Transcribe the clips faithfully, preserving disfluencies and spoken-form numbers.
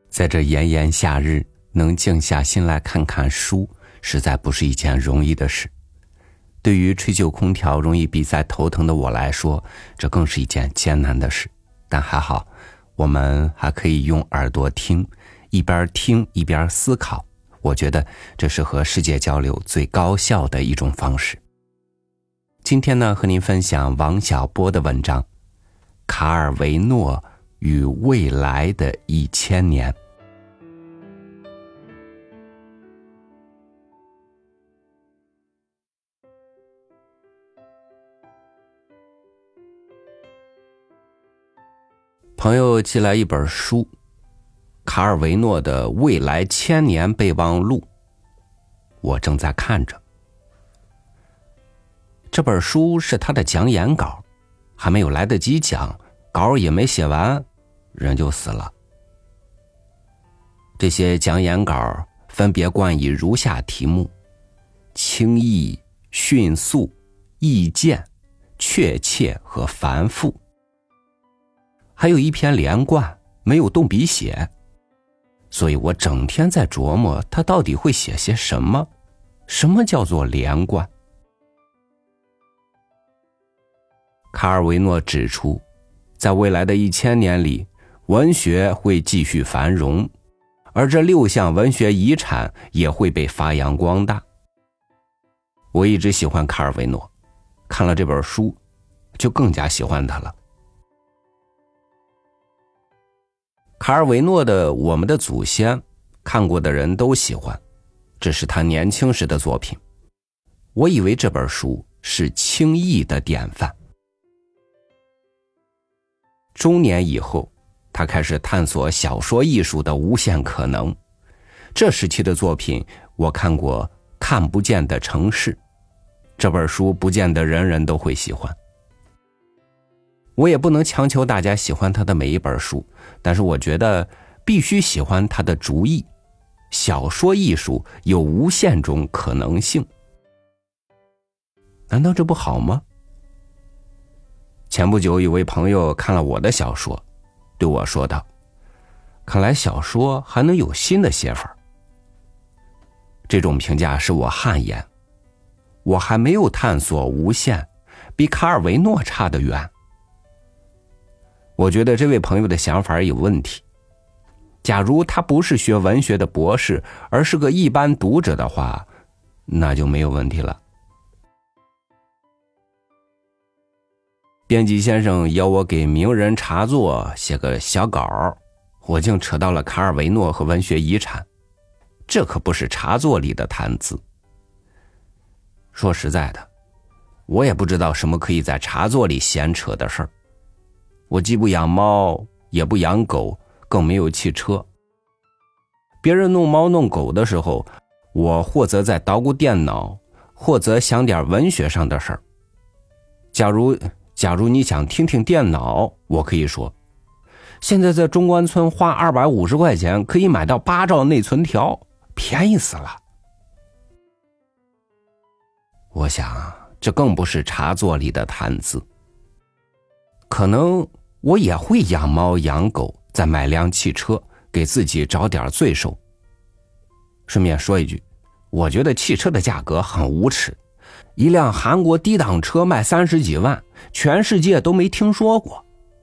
在这炎炎夏日，能静下心来看看书，实在不是一件容易的事。对于吹旧空调容易鼻塞头疼的我来说，这更是一件艰难的事。但还好，我们还可以用耳朵听，一边听一边思考。我觉得这是和世界交流最高效的一种方式。今天呢，和您分享王小波的文章《卡尔维诺与未来的一千年》。朋友寄来一本书，卡尔维诺的《未来千年备忘录》，我正在看着。这本书是他的讲演稿，还没有来得及讲，稿也没写完，人就死了。这些讲演稿分别冠以如下题目：轻易、迅速、意见、确切和繁复。还有一篇连贯，没有动笔写，所以我整天在琢磨他到底会写些什么，什么叫做连贯。卡尔维诺指出，在未来的一千年里，文学会继续繁荣，而这六项文学遗产也会被发扬光大。我一直喜欢卡尔维诺，看了这本书，就更加喜欢他了。卡尔维诺的《我们的祖先》，看过的人都喜欢，这是他年轻时的作品。我以为这本书是轻易的典范。中年以后，他开始探索小说艺术的无限可能。这时期的作品，我看过《看不见的城市》，这本书不见得人人都会喜欢。我也不能强求大家喜欢他的每一本书，但是我觉得必须喜欢他的主意。小说艺术有无限种可能性，难道这不好吗？前不久有位朋友看了我的小说，对我说道：看来小说还能有新的写法。这种评价是我汗颜，我还没有探索无限，比卡尔维诺差得远。我觉得这位朋友的想法有问题。假如他不是学文学的博士，而是个一般读者的话，那就没有问题了。编辑先生要我给名人茶座写个小稿，我竟扯到了卡尔维诺和文学遗产，这可不是茶座里的谈资。说实在的，我也不知道什么可以在茶座里闲扯的事儿。我既不养猫，也不养狗，更没有汽车。别人弄猫弄狗的时候，我或则在捣鼓电脑，或则想点文学上的事儿。假如假如你想听听电脑，我可以说，现在在中关村花二百五十块钱可以买到八兆内存条，便宜死了。我想这更不是茶座里的谈资。可能我也会养猫养狗，再买辆汽车，给自己找点罪受。顺便说一句，我觉得汽车的价格很无耻，一辆韩国低档车卖三十几万，全世界都没听说过。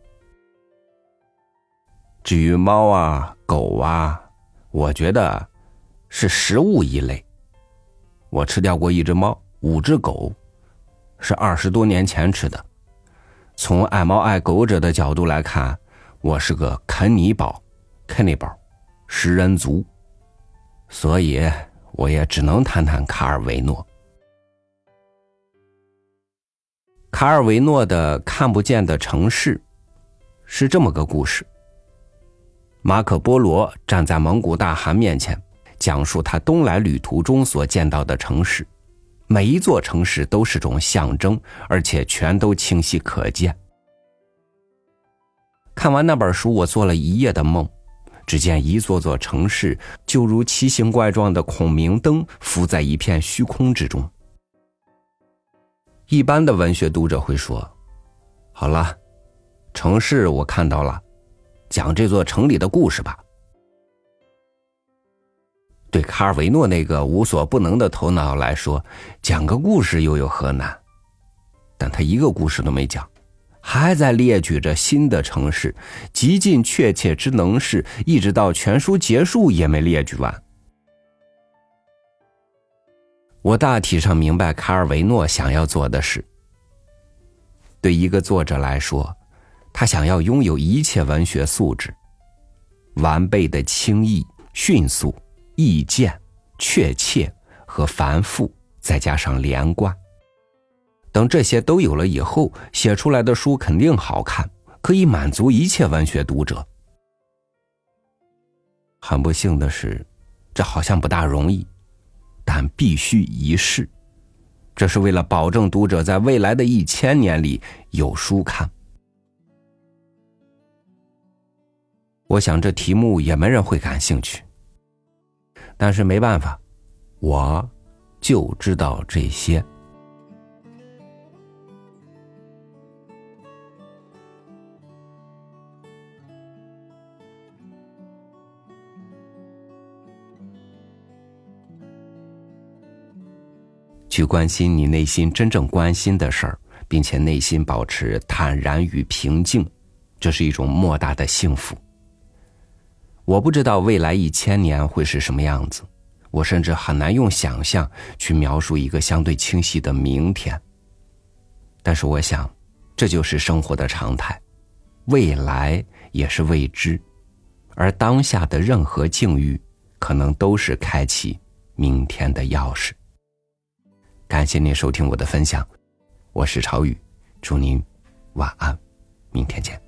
至于猫啊狗啊，我觉得是食物一类。我吃掉过一只猫，五只狗，是二十多年前吃的。从爱猫爱狗者的角度来看，我是个啃泥宝 cannibal 食人族，所以我也只能谈谈卡尔维诺。卡尔维诺的《看不见的城市》是这么个故事。马可波罗站在蒙古大汗面前，讲述他东来旅途中所见到的城市。每一座城市都是种象征，而且全都清晰可见。看完那本书，我做了一夜的梦，只见一座座城市就如奇形怪状的孔明灯浮在一片虚空之中。一般的文学读者会说，好了，城市我看到了，讲这座城里的故事吧。 对卡尔维诺那个无所不能的头脑来说，讲个故事又有何难？但他一个故事都没讲，还在列举着新的城市，极尽确切之能事，一直到全书结束也没列举完。我大体上明白卡尔维诺想要做的事。对一个作者来说，他想要拥有一切文学素质，完备的轻易、迅速、意见、确切和繁复，再加上连贯。等这些都有了以后，写出来的书肯定好看，可以满足一切文学读者。很不幸的是，这好像不大容易，但必须一试。这是为了保证读者在未来的一千年里有书看。我想这题目也没人会感兴趣，但是没办法，我就知道这些。去关心你内心真正关心的事儿，并且内心保持坦然与平静，这是一种莫大的幸福。我不知道未来一千年会是什么样子，我甚至很难用想象去描述一个相对清晰的明天。但是我想，这就是生活的常态，未来也是未知，而当下的任何境遇，可能都是开启明天的钥匙。感谢您收听我的分享，我是朝宇，祝您晚安，明天见。